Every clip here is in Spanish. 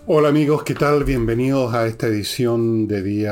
Hola amigos, ¿qué tal? Bienvenidos a esta edición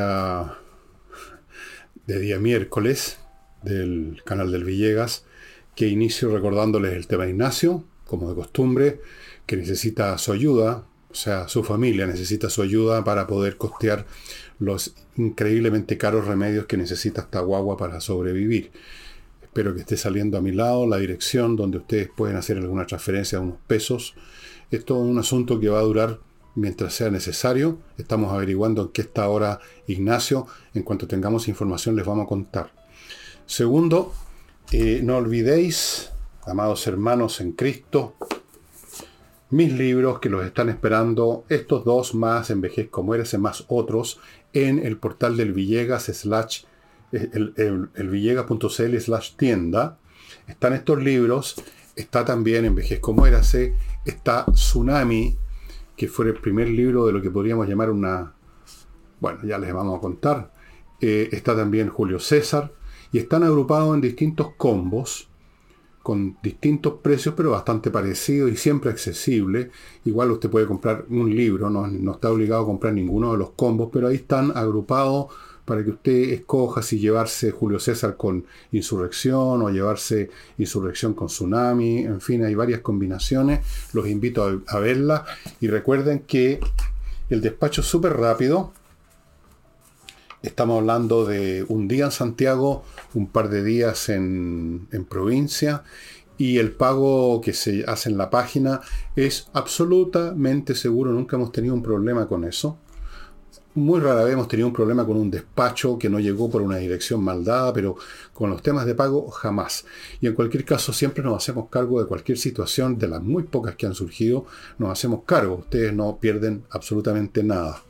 de día miércoles del canal del Villegas, que inicio recordándoles el tema Ignacio, como de costumbre, que necesita su ayuda, o sea, su familia necesita su ayuda para poder costear los increíblemente caros remedios que necesita esta guagua para sobrevivir. Espero que esté saliendo a mi lado la dirección donde ustedes pueden hacer alguna transferencia de unos pesos. Esto es un asunto que va a durar mientras sea necesario. Estamos averiguando en qué está ahora Ignacio. En cuanto tengamos información les vamos a contar. Segundo, no olvidéis, amados hermanos en Cristo, mis libros que los están esperando, estos dos más Envejezco, Muérese, más otros, en el portal del Villegas el villegas.cl/tienda. Están estos libros, está también Envejezco, Muérase, está Tsunami, que fue el primer libro de lo que podríamos llamar una... Bueno, ya les vamos a contar. Está también Julio César, y están agrupados en distintos combos, con distintos precios, pero bastante parecidos y siempre accesibles. Igual usted puede comprar un libro, no está obligado a comprar ninguno de los combos, pero ahí están agrupados para que usted escoja si llevarse Julio César con Insurrección o llevarse Insurrección con Tsunami. En fin, hay varias combinaciones. Los invito a verlas. Y recuerden que el despacho es súper rápido. Estamos hablando de un día en Santiago, un par de días en provincia, y el pago que se hace en la página es absolutamente seguro. Nunca hemos tenido un problema con eso. Muy rara vez hemos tenido un problema con un despacho que no llegó por una dirección mal dada, pero con los temas de pago jamás. Y en cualquier caso siempre nos hacemos cargo de cualquier situación, de las muy pocas que han surgido, nos hacemos cargo. Ustedes no pierden absolutamente nada.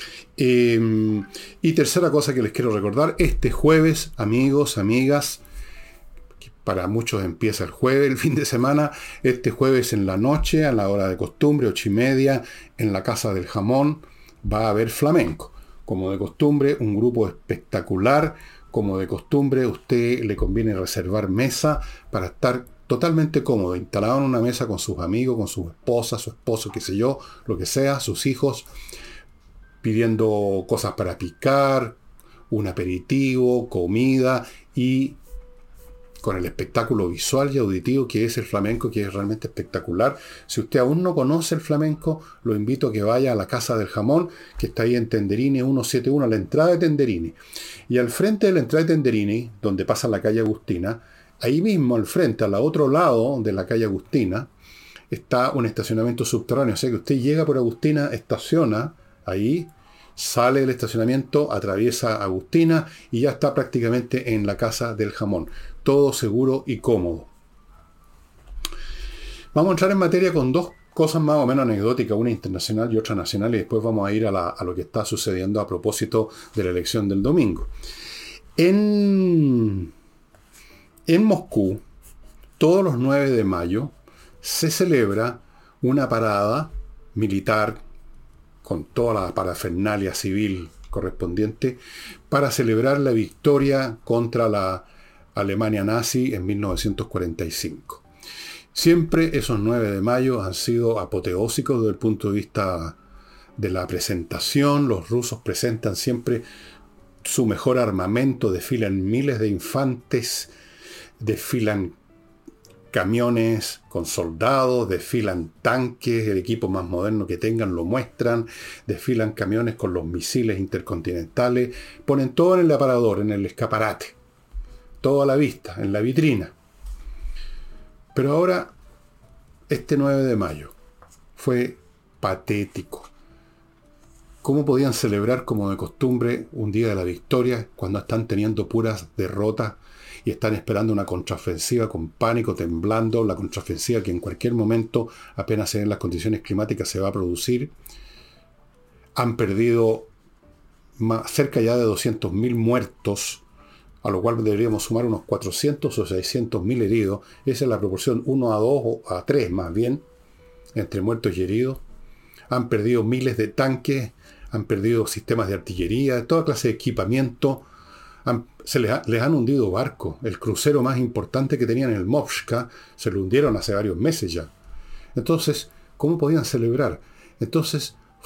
Y tercera cosa que les quiero recordar, este jueves, amigos, amigas, que para muchos empieza el jueves, el fin de semana, este jueves en la noche, a la hora de costumbre, 8:30, en la Casa del Jamón, va a haber flamenco. Como de costumbre, un grupo espectacular. Como de costumbre, a usted le conviene reservar mesa para estar totalmente cómodo, instalado en una mesa con sus amigos, con su esposa, su esposo, qué sé yo, lo que sea, sus hijos, pidiendo cosas para picar, un aperitivo, comida y con el espectáculo visual y auditivo que es el flamenco, que es realmente espectacular. Si usted aún no conoce el flamenco, lo invito a que vaya a la Casa del Jamón, que está ahí en Tenderini 171, a la entrada de Tenderini. Y al frente de la entrada de Tenderini, donde pasa la calle Agustina, ahí mismo al frente, al otro lado de la calle Agustina, está un estacionamiento subterráneo. O sea que usted llega por Agustina, estaciona ahí, sale del estacionamiento, atraviesa Agustina y ya está prácticamente en la Casa del Jamón. Todo seguro y cómodo. Vamos a entrar en materia con dos cosas más o menos anecdóticas, una internacional y otra nacional, y después vamos a ir a lo que está sucediendo a propósito de la elección del domingo. En, en Moscú, todos los 9 de mayo, se celebra una parada militar con toda la parafernalia civil correspondiente para celebrar la victoria contra la Alemania nazi en 1945. Siempre esos 9 de mayo han sido apoteósicos desde el punto de vista de la presentación. Los rusos presentan siempre su mejor armamento, desfilan miles de infantes, desfilan camiones con soldados, desfilan tanques, el equipo más moderno que tengan lo muestran, desfilan camiones con los misiles intercontinentales, ponen todo en el aparador, en el escaparate, todo a la vista, en la vitrina. Pero ahora, este 9 de mayo, fue patético. ¿Cómo podían celebrar como de costumbre un día de la victoria cuando están teniendo puras derrotas y están esperando una contraofensiva con pánico, temblando, la contraofensiva que en cualquier momento, apenas se den las condiciones climáticas, se va a producir? Han perdido cerca ya de 200.000 muertos, a lo cual deberíamos sumar unos 400 o 600.000 heridos. Esa es la proporción 1 a 2 o a 3 más bien, entre muertos y heridos. Han perdido miles de tanques, han perdido sistemas de artillería, toda clase de equipamiento. Les han hundido barcos. El crucero más importante que tenían, el Movska, se lo hundieron hace varios meses ya. Entonces, ¿cómo podían celebrar? Entonces,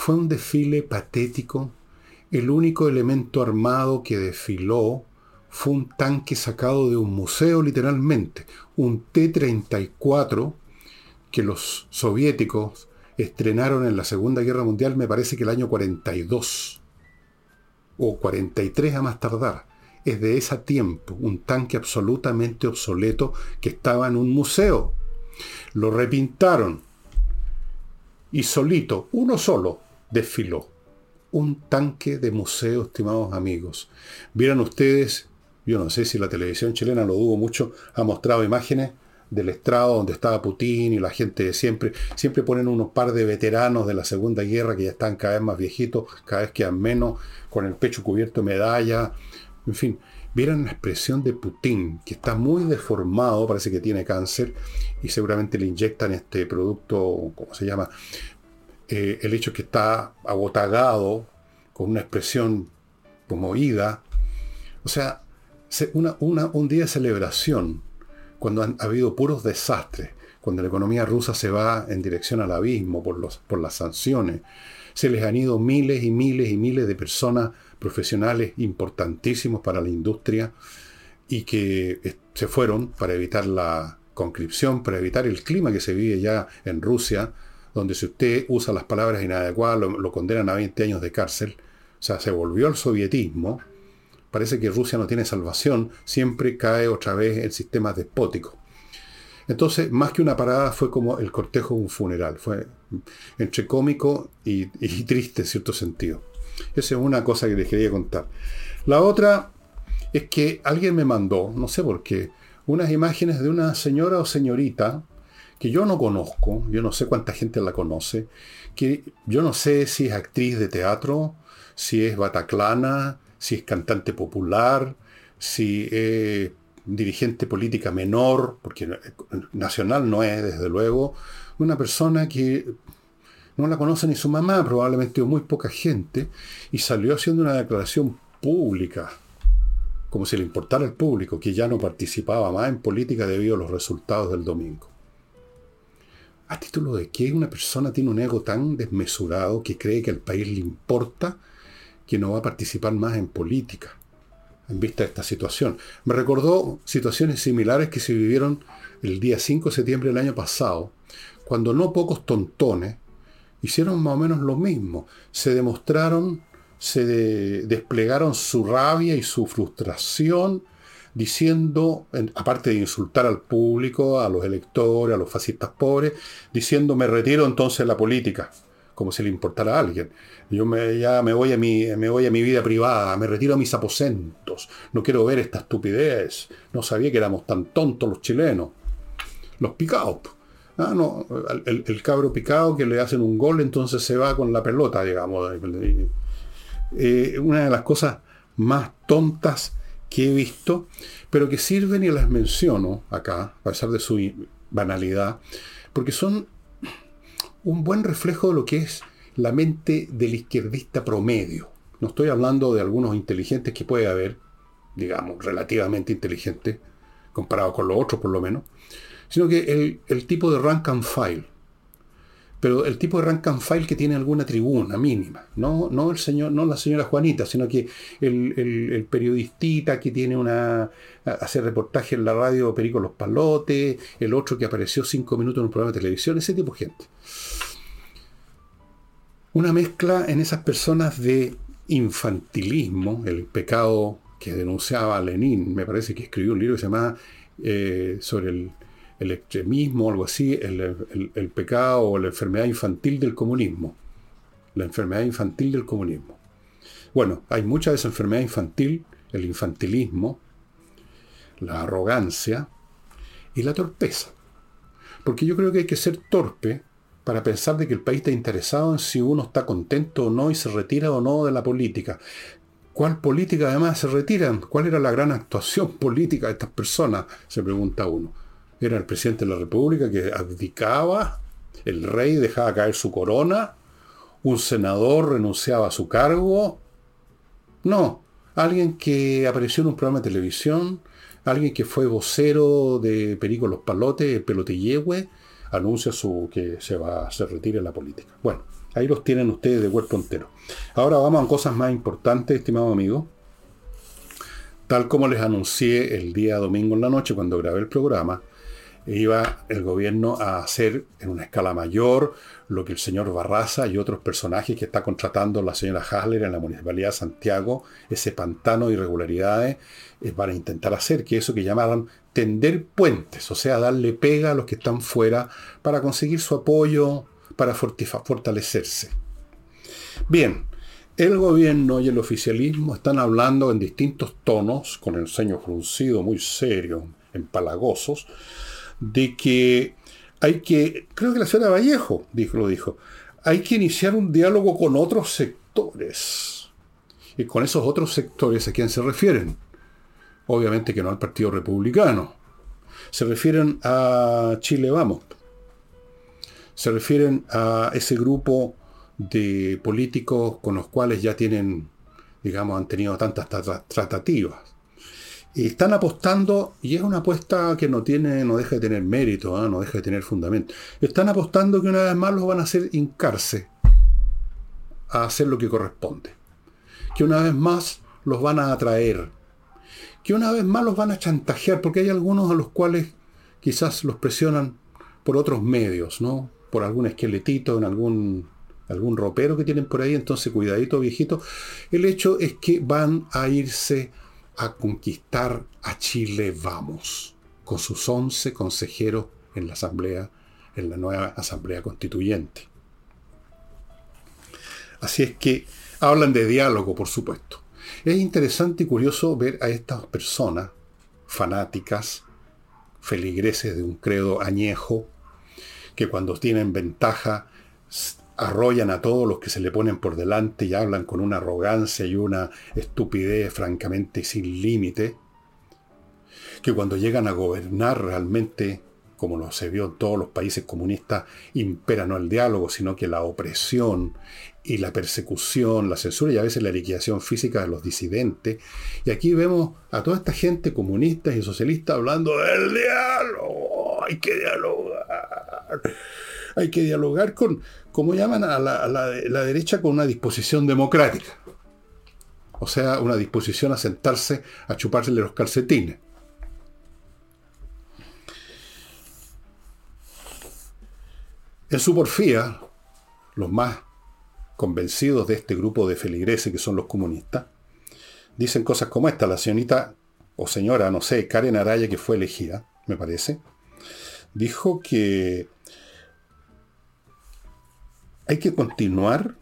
Fue un desfile patético. El único elemento armado que desfiló fue un tanque sacado de un museo, literalmente. Un T-34 que los soviéticos estrenaron en la Segunda Guerra Mundial, me parece que el año 42 o 43 a más tardar. Es de ese tiempo, un tanque absolutamente obsoleto que estaba en un museo. Lo repintaron y solito, uno solo, desfiló. Un tanque de museo, estimados amigos. Vieran ustedes, yo no sé si la televisión chilena, lo dudo mucho, ha mostrado imágenes del estrado donde estaba Putin y la gente de siempre. Siempre ponen unos par de veteranos de la Segunda Guerra que ya están cada vez más viejitos, cada vez quedan menos, con el pecho cubierto de medalla. En fin, vieran la expresión de Putin, que está muy deformado, parece que tiene cáncer, y seguramente le inyectan este producto, ¿cómo se llama? El hecho es que está abotagado, con una expresión conmovida. O sea, un día de celebración, cuando han habido puros desastres, cuando la economía rusa se va en dirección al abismo por las sanciones, se les han ido miles y miles y miles de personas profesionales importantísimos para la industria y que se fueron para evitar la conscripción, para evitar el clima que se vive ya en Rusia, donde si usted usa las palabras inadecuadas lo condenan a 20 años de cárcel. O sea, se volvió al sovietismo. Parece que Rusia no tiene salvación, siempre cae otra vez en sistemas despóticos. Entonces, más que una parada, fue como el cortejo de un funeral. Fue entre cómico y triste en cierto sentido. Esa es una cosa que les quería contar. La otra es que alguien me mandó, no sé por qué, unas imágenes de una señora o señorita que yo no conozco, yo no sé cuánta gente la conoce, que yo no sé si es actriz de teatro, si es bataclana, si es cantante popular, si es dirigente política menor, porque nacional no es, desde luego, una persona que no la conoce ni su mamá, probablemente muy poca gente, y salió haciendo una declaración pública, como si le importara al público, que ya no participaba más en política debido a los resultados del domingo. ¿A título de qué una persona tiene un ego tan desmesurado que cree que al país le importa, que no va a participar más en política en vista de esta situación? Me recordó situaciones similares que se vivieron el día 5 de septiembre del año pasado, cuando no pocos tontones hicieron más o menos lo mismo. Se demostraron, desplegaron su rabia y su frustración diciendo, aparte de insultar al público, a los electores, a los fascistas pobres, diciendo: me retiro entonces de la política, como si le importara a alguien. Yo me voy a mi vida privada, me retiro a mis aposentos, no quiero ver esta estupidez, no sabía que éramos tan tontos los chilenos, los picados. No, el cabro picado que le hacen un gol, entonces se va con la pelota, digamos. Una de las cosas más tontas que he visto, pero que sirven y las menciono acá, a pesar de su banalidad, porque son un buen reflejo de lo que es la mente del izquierdista promedio. No estoy hablando de algunos inteligentes que puede haber, digamos, relativamente inteligentes, comparado con los otros por lo menos, sino que el tipo de rank and file. Pero el tipo de rank and file que tiene alguna tribuna mínima. No la señora Juanita, sino que el periodistita que tiene hace reportaje en la radio Perico Los Palotes, el otro que apareció 5 minutos en un programa de televisión, ese tipo de gente. Una mezcla en esas personas de infantilismo, el pecado que denunciaba Lenin. Me parece que escribió un libro que se llama sobre el extremismo, algo así, el pecado o la enfermedad infantil del comunismo. La enfermedad infantil del comunismo. Bueno, hay mucha de esa enfermedad infantil, el infantilismo, la arrogancia y la torpeza. Porque yo creo que hay que ser torpe para pensar de que el país está interesado en si uno está contento o no y se retira o no de la política. ¿Cuál política además se retiran? ¿Cuál era la gran actuación política de estas personas? Se pregunta uno. Era el presidente de la República que abdicaba, el rey dejaba caer su corona, un senador renunciaba a su cargo. No, alguien que apareció en un programa de televisión, alguien que fue vocero de Perico Los Palotes, el Pelotillehue, anuncia que se retira de la política. Bueno, Ahí los tienen ustedes de cuerpo entero. Ahora vamos a cosas más importantes, estimado amigo. Tal como les anuncié el día domingo en la noche cuando grabé el programa, iba el gobierno a hacer en una escala mayor lo que el señor Barraza y otros personajes que está contratando la señora Hasler en la Municipalidad de Santiago, ese pantano de irregularidades, van a intentar hacer, que eso que llamaban tender puentes, o sea, darle pega a los que están fuera para conseguir su apoyo, para fortalecerse. Bien, el gobierno y el oficialismo están hablando en distintos tonos, con el ceño fruncido, muy serio, empalagosos, de que hay que, creo que la señora Vallejo lo dijo, hay que iniciar un diálogo con otros sectores. Y con esos otros sectores, ¿a quién se refieren? Obviamente que no al Partido Republicano. Se refieren a Chile Vamos. Se refieren a ese grupo de políticos con los cuales ya tienen, digamos, han tenido tantas tratativas. Y están apostando, y es una apuesta que no deja de tener mérito, no deja de tener fundamento. Están apostando que una vez más los van a hacer hincarse a hacer lo que corresponde. Que una vez más los van a atraer. Que una vez más los van a chantajear, porque hay algunos a los cuales quizás los presionan por otros medios, ¿no? Por algún esqueletito en algún ropero que tienen por ahí, entonces cuidadito, viejito. El hecho es que van a irse a conquistar a Chile Vamos, con sus 11 consejeros en la asamblea, en la nueva asamblea constituyente. Así es que hablan de diálogo, por supuesto. Es interesante y curioso ver a estas personas fanáticas, feligreses de un credo añejo, que cuando tienen ventaja arrollan a todos los que se le ponen por delante y hablan con una arrogancia y una estupidez francamente sin límite, que cuando llegan a gobernar realmente, como lo se vio en todos los países comunistas, impera no el diálogo, sino que la opresión y la persecución, la censura y a veces la liquidación física de los disidentes. Y aquí vemos a toda esta gente comunista y socialista hablando del diálogo. Hay que dialogar. Hay que dialogar con, como llaman a la derecha, con una disposición democrática. O sea, una disposición a sentarse, a chupársele los calcetines. En su porfía, los más convencidos de este grupo de feligreses que son los comunistas, dicen cosas como esta. La señorita, o señora, no sé, Karen Araya, que fue elegida, me parece, dijo que hay que continuar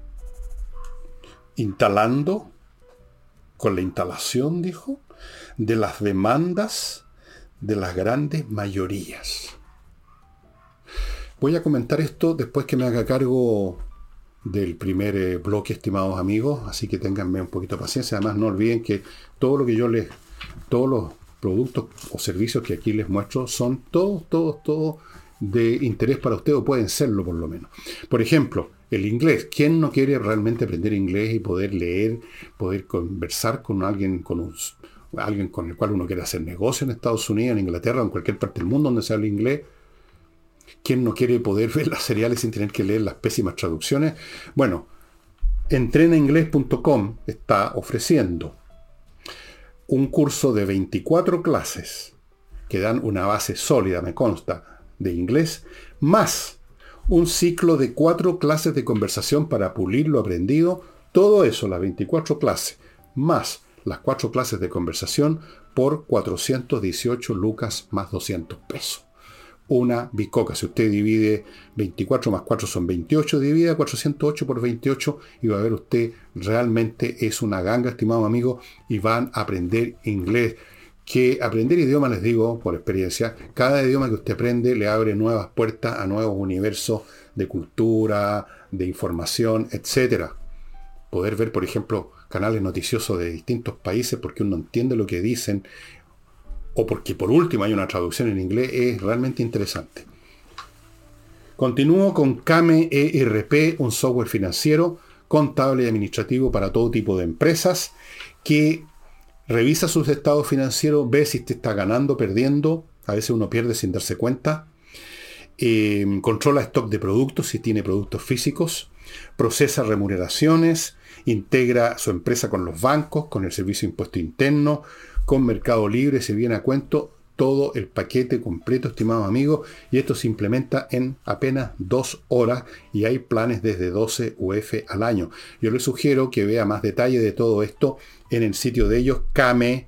instalando, con la instalación, dijo, de las demandas de las grandes mayorías. Voy a comentar esto después que me haga cargo del primer bloque, estimados amigos, así que ténganme un poquito de paciencia. Además, no olviden que todo lo que todos los productos o servicios que aquí les muestro son todos de interés para usted, o pueden serlo por lo menos. Por ejemplo, el inglés. ¿Quién no quiere realmente aprender inglés y poder leer, poder conversar con alguien con el cual uno quiere hacer negocio en Estados Unidos, en Inglaterra o en cualquier parte del mundo donde se hable inglés? ¿Quién no quiere poder ver las seriales sin tener que leer las pésimas traducciones? Bueno, entrenainglés.com está ofreciendo un curso de 24 clases que dan una base sólida, me consta, de inglés, más un ciclo de 4 clases de conversación para pulir lo aprendido. Todo eso, las 24 clases, más las 4 clases de conversación, por 418 lucas más 200 pesos. Una bicoca. Si usted divide 24 más 4 son 28, divide 408 por 28 y va a ver usted, realmente es una ganga, estimado amigo, y van a aprender inglés. Que aprender idioma, les digo por experiencia, cada idioma que usted aprende le abre nuevas puertas a nuevos universos de cultura, de información, etc. Poder ver, por ejemplo, canales noticiosos de distintos países porque uno entiende lo que dicen, o porque por último hay una traducción en inglés, es realmente interesante. Continúo con Kame ERP, un software financiero, contable y administrativo para todo tipo de empresas, que revisa sus estados financieros, ve si te está ganando, perdiendo, a veces uno pierde sin darse cuenta, controla stock de productos si tiene productos físicos, procesa remuneraciones, integra su empresa con los bancos, con el Servicio de Impuesto Interno, con Mercado Libre, se viene a cuento todo el paquete completo, estimados amigos, y esto se implementa en apenas 2 horas y hay planes desde 12 UF al año. Yo les sugiero que vea más detalle de todo esto en el sitio de ellos, kame.cl.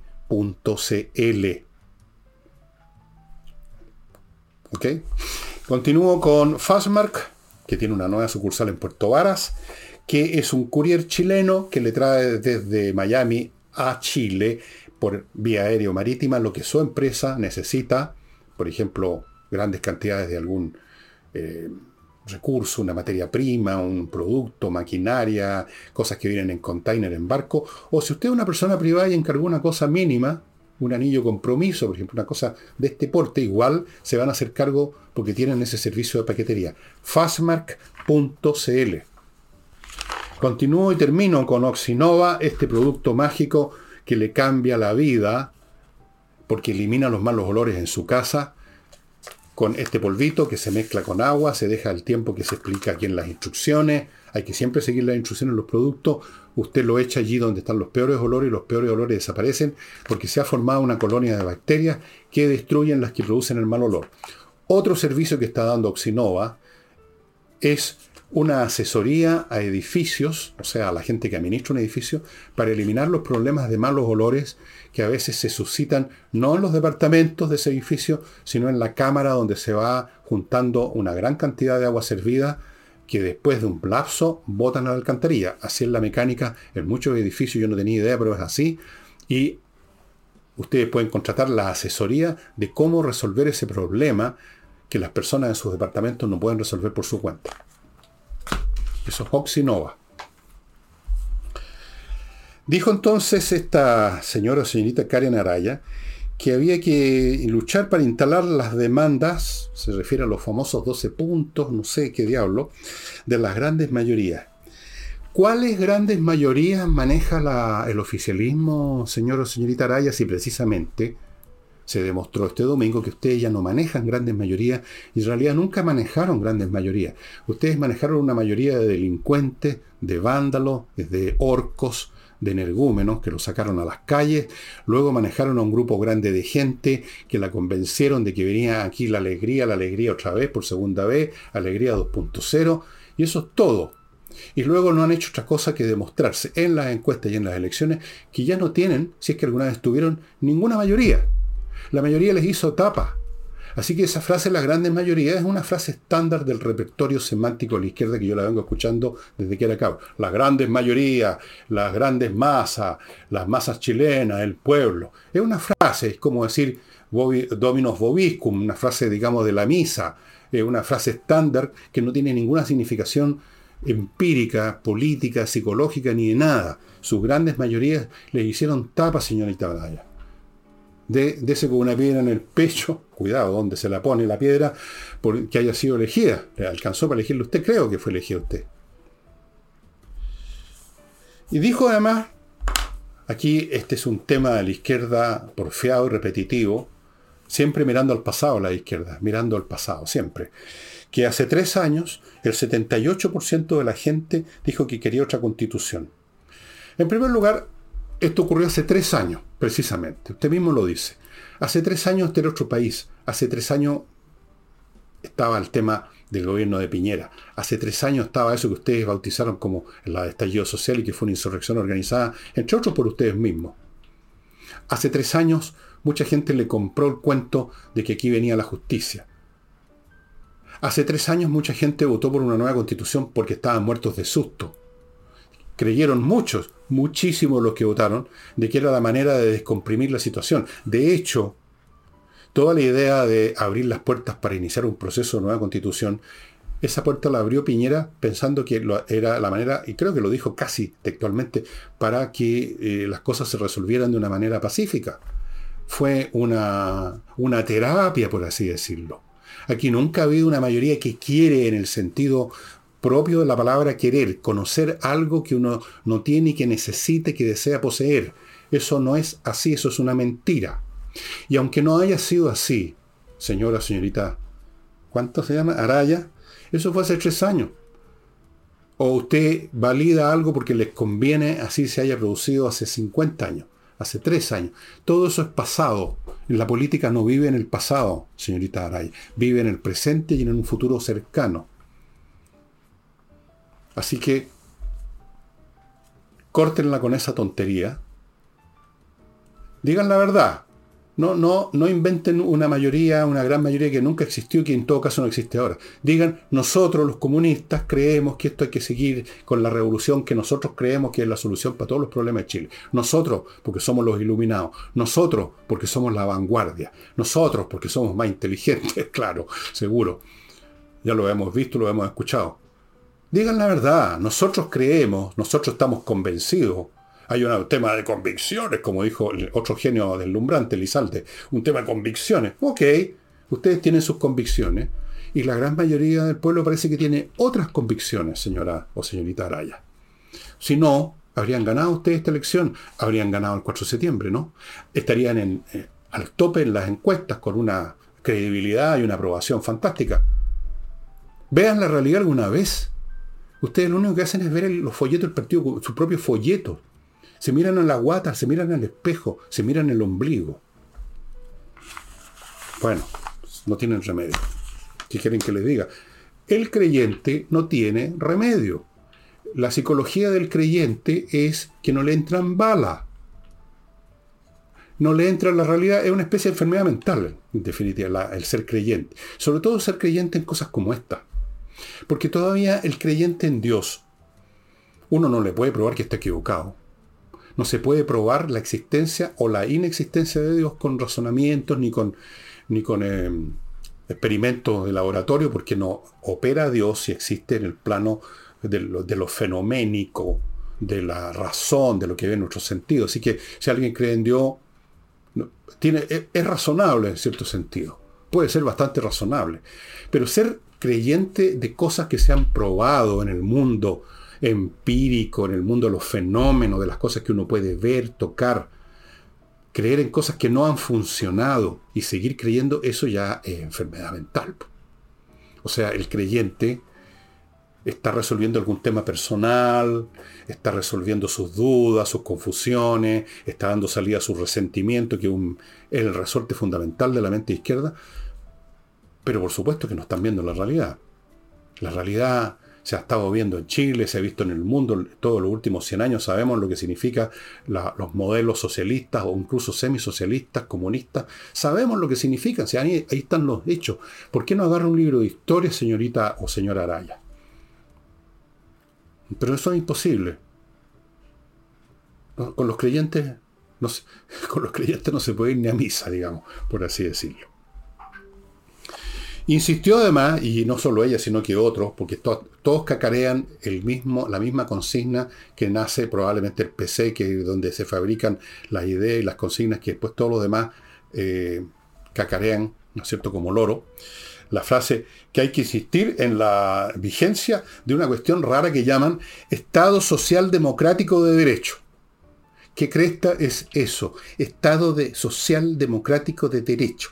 ¿Ok? Continúo con Fastmark, que tiene una nueva sucursal en Puerto Varas, que es un courier chileno que le trae desde Miami a Chile por vía aérea o marítima lo que su empresa necesita, por ejemplo, grandes cantidades de algún recurso, una materia prima, un producto, maquinaria, cosas que vienen en container, en barco, o si usted es una persona privada y encargó una cosa mínima, un anillo compromiso, por ejemplo, una cosa de este porte, igual se van a hacer cargo porque tienen ese servicio de paquetería. Fastmark.cl. Continúo y termino con Oxinova, este producto mágico que le cambia la vida porque elimina los malos olores en su casa con este polvito que se mezcla con agua, se deja el tiempo que se explica aquí en las instrucciones. Hay que siempre seguir las instrucciones en los productos. Usted lo echa allí donde están los peores olores y los peores olores desaparecen porque se ha formado una colonia de bacterias que destruyen las que producen el mal olor. Otro servicio que está dando Oxinova es una asesoría a edificios, o sea, a la gente que administra un edificio, para eliminar los problemas de malos olores que a veces se suscitan no en los departamentos de ese edificio, sino en la cámara donde se va juntando una gran cantidad de agua servida que después de un lapso botan a la alcantarilla. Así es la mecánica en muchos edificios, yo no tenía idea, pero es así. Y ustedes pueden contratar la asesoría de cómo resolver ese problema que las personas en sus departamentos no pueden resolver por su cuenta. Eso es Oxinova. Dijo entonces esta señorita Karen Araya que había que luchar para instalar las demandas, se refiere a los famosos 12 puntos, no sé qué diablo, de las grandes mayorías. ¿Cuáles grandes mayorías maneja el oficialismo, señor o señorita Araya, si precisamente se demostró este domingo que ustedes ya no manejan grandes mayorías y en realidad nunca manejaron grandes mayorías? Ustedes manejaron una mayoría de delincuentes, de vándalos, de orcos, de energúmenos que los sacaron a las calles, luego manejaron a un grupo grande de gente que la convencieron de que venía aquí la alegría otra vez, por segunda vez, alegría 2.0, y eso es todo. Y luego no han hecho otra cosa que demostrarse en las encuestas y en las elecciones que ya no tienen, si es que alguna vez tuvieron, ninguna mayoría. La mayoría les hizo tapa. Así que esa frase, la grandes mayoría, es una frase estándar del repertorio semántico de la izquierda que yo la vengo escuchando desde que era cabo. Las grandes mayorías, las grandes masas, las masas chilenas, el pueblo. Es una frase, es como decir Dominus Vobiscum, una frase, digamos, de la misa. Es una frase estándar que no tiene ninguna significación empírica, política, psicológica, ni de nada. Sus grandes mayorías les hicieron tapa, señorita Araya. Dese con una piedra en el pecho, cuidado donde se la pone la piedra, porque haya sido elegida. ¿Le alcanzó para elegirlo usted? Creo que fue elegido usted. Y dijo además, aquí este es un tema de la izquierda porfiado y repetitivo, siempre mirando al pasado la izquierda, mirando al pasado, siempre, que hace 3 años el 78% de la gente dijo que quería otra constitución. En primer lugar, esto ocurrió hace 3 años, precisamente. Usted mismo lo dice. Hace 3 años este era otro país. Hace 3 años estaba el tema del gobierno de Piñera. Hace 3 años estaba eso que ustedes bautizaron como la estallido social y que fue una insurrección organizada, entre otros por ustedes mismos. Hace 3 años mucha gente le compró el cuento de que aquí venía la justicia. Hace 3 años mucha gente votó por una nueva constitución porque estaban muertos de susto. Creyeron muchísimos los que votaron, de que era la manera de descomprimir la situación. De hecho, toda la idea de abrir las puertas para iniciar un proceso de nueva constitución, esa puerta la abrió Piñera pensando que era la manera, y creo que lo dijo casi textualmente, para que las cosas se resolvieran de una manera pacífica. Fue una terapia, por así decirlo. Aquí nunca ha habido una mayoría que quiere en el sentido propio de la palabra querer, conocer algo que uno no tiene y que necesite, que desea poseer. Eso no es así, eso es una mentira. Y aunque no haya sido así, señorita, ¿cuánto se llama? Araya, eso fue hace 3 años. O usted valida algo porque les conviene, así se haya producido hace 50 años, hace 3 años. Todo eso es pasado. La política no vive en el pasado, señorita Araya. Vive en el presente y en un futuro cercano. Así que córtenla con esa tontería. Digan la verdad. No inventen una mayoría, una gran mayoría que nunca existió y que en todo caso no existe ahora. Digan, nosotros los comunistas creemos que esto hay que seguir con la revolución que nosotros creemos que es la solución para todos los problemas de Chile. Nosotros, porque somos los iluminados. Nosotros, porque somos la vanguardia. Nosotros, porque somos más inteligentes, claro, seguro. Ya lo hemos visto, lo hemos escuchado. Digan la verdad. Nosotros creemos, nosotros estamos convencidos. Hay un tema de convicciones, como dijo el otro genio deslumbrante, Elizalde. Un tema de convicciones. Ok, ustedes tienen sus convicciones. Y la gran mayoría del pueblo parece que tiene otras convicciones, señora o señorita Araya. Si no, habrían ganado ustedes esta elección. Habrían ganado el 4 de septiembre, ¿no? Estarían al tope en las encuestas con una credibilidad y una aprobación fantástica. Vean la realidad alguna vez. Ustedes lo único que hacen es ver los folletos del partido, su propio folleto. Se miran a la guata, se miran al espejo, se miran el ombligo. Bueno, no tienen remedio. ¿Qué quieren que les diga? El creyente no tiene remedio. La psicología del creyente es que no le entran balas. No le entra en la realidad, es una especie de enfermedad mental, en definitiva, el ser creyente. Sobre todo ser creyente en cosas como esta. Porque todavía el creyente en Dios, uno no le puede probar que está equivocado. No se puede probar la existencia o la inexistencia de Dios con razonamientos ni con experimentos de laboratorio, porque no opera Dios si existe en el plano de lo fenoménico, de la razón, de lo que ve en nuestros sentidos. Así que si alguien cree en Dios, es razonable en cierto sentido. Puede ser bastante razonable. Pero ser creyente de cosas que se han probado en el mundo empírico, en el mundo de los fenómenos, de las cosas que uno puede ver, tocar, creer en cosas que no han funcionado y seguir creyendo, eso ya es enfermedad mental. O sea, el creyente está resolviendo algún tema personal, está resolviendo sus dudas, sus confusiones, está dando salida a su resentimiento, que es el resorte fundamental de la mente izquierda, pero por supuesto que no están viendo la realidad. La realidad se ha estado viendo en Chile, se ha visto en el mundo todos los últimos 100 años, sabemos lo que significa los modelos socialistas o incluso semisocialistas, comunistas, sabemos lo que significan, ahí están los hechos. ¿Por qué no agarra un libro de historia, señorita o señora Araya? Pero eso es imposible. Con los creyentes no se puede ir ni a misa, digamos, por así decirlo. Insistió además, y no solo ella, sino que otros, porque todos cacarean la misma consigna que nace probablemente el PC, que es donde se fabrican las ideas y las consignas que después todos los demás cacarean, ¿no es cierto?, como loro. La frase que hay que insistir en la vigencia de una cuestión rara que llaman Estado Social Democrático de Derecho. ¿Qué cresta es eso? Estado Social Democrático de Derecho.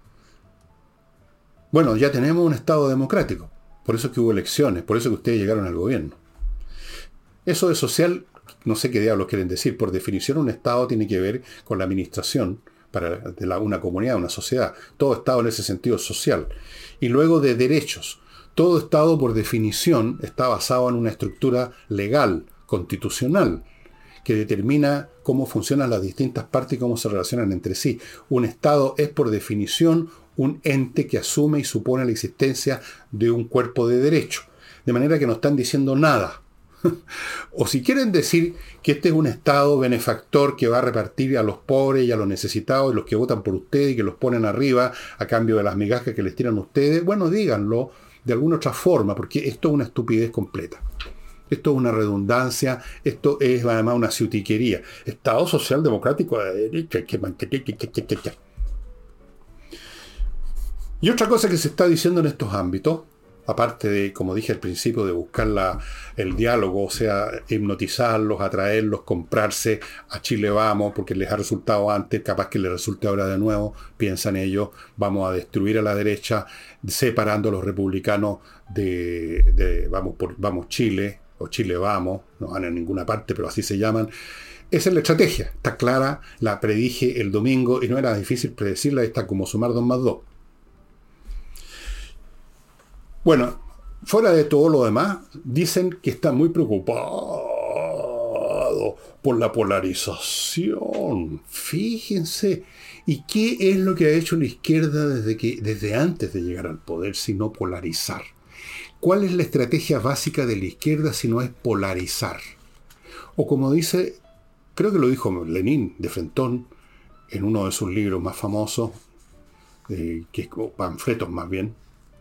Bueno, ya tenemos un Estado democrático. Por eso es que hubo elecciones, por eso es que ustedes llegaron al gobierno. Eso de social, no sé qué diablos quieren decir. Por definición, un Estado tiene que ver con la administración de una comunidad, una sociedad. Todo Estado en ese sentido es social. Y luego de derechos. Todo Estado, por definición, está basado en una estructura legal, constitucional, que determina cómo funcionan las distintas partes y cómo se relacionan entre sí. Un Estado es, por definición, un ente que asume y supone la existencia de un cuerpo de derecho. De manera que no están diciendo nada. O si quieren decir que este es un Estado benefactor que va a repartir a los pobres y a los necesitados y los que votan por ustedes y que los ponen arriba a cambio de las migajas que les tiran ustedes, bueno, díganlo de alguna otra forma, porque esto es una estupidez completa. Esto es una redundancia, esto es además una ciutiquería. Estado Social Democrático de derecho. Y otra cosa que se está diciendo en estos ámbitos, aparte de, como dije al principio, de buscar el diálogo, o sea, hipnotizarlos, atraerlos, comprarse a Chile vamos, porque les ha resultado antes, capaz que les resulte ahora de nuevo, piensan ellos, vamos a destruir a la derecha, separando a los republicanos de Vamos Chile, o Chile Vamos, no van a ninguna parte, pero así se llaman. Esa es la estrategia, está clara, la predije el domingo y no era difícil predecirla, está como sumar 2 más 2. Bueno, fuera de todo lo demás, dicen que están muy preocupados por la polarización. Fíjense. ¿Y qué es lo que ha hecho la izquierda desde antes de llegar al poder, sino polarizar? ¿Cuál es la estrategia básica de la izquierda si no es polarizar? O como dice, creo que lo dijo Lenin de Frentón en uno de sus libros más famosos, que es panfletos más bien,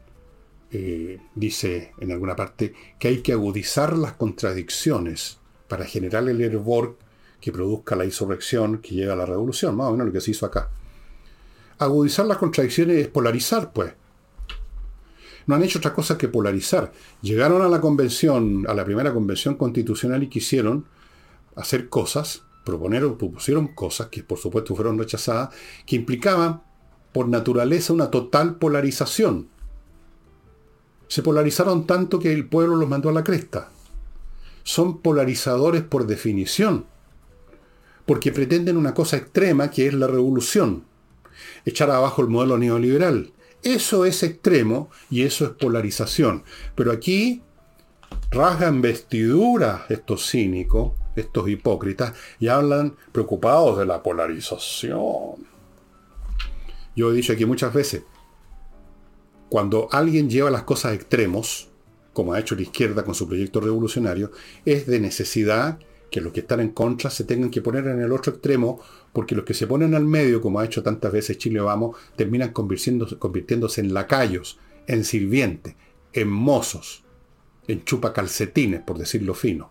dice en alguna parte que hay que agudizar las contradicciones para generar el hervor que produzca la insurrección que lleva a la revolución, más o menos lo que se hizo acá. Agudizar las contradicciones es polarizar, pues. No han hecho otra cosa que polarizar. Llegaron a la convención, a la primera convención constitucional y quisieron hacer cosas, propusieron cosas que por supuesto fueron rechazadas, que implicaban por naturaleza una total polarización. Se polarizaron tanto que el pueblo los mandó a la cresta. Son polarizadores por definición, porque pretenden una cosa extrema que es la revolución, echar abajo el modelo neoliberal. Eso es extremo y eso es polarización. Pero aquí rasgan vestiduras estos cínicos, estos hipócritas, y hablan preocupados de la polarización. Yo he dicho aquí muchas veces, cuando alguien lleva las cosas a extremos, como ha hecho la izquierda con su proyecto revolucionario, es de necesidad que los que están en contra se tengan que poner en el otro extremo, porque los que se ponen al medio, como ha hecho tantas veces Chile Vamos, terminan convirtiéndose en lacayos, en sirvientes, en mozos, en chupacalcetines, por decirlo fino.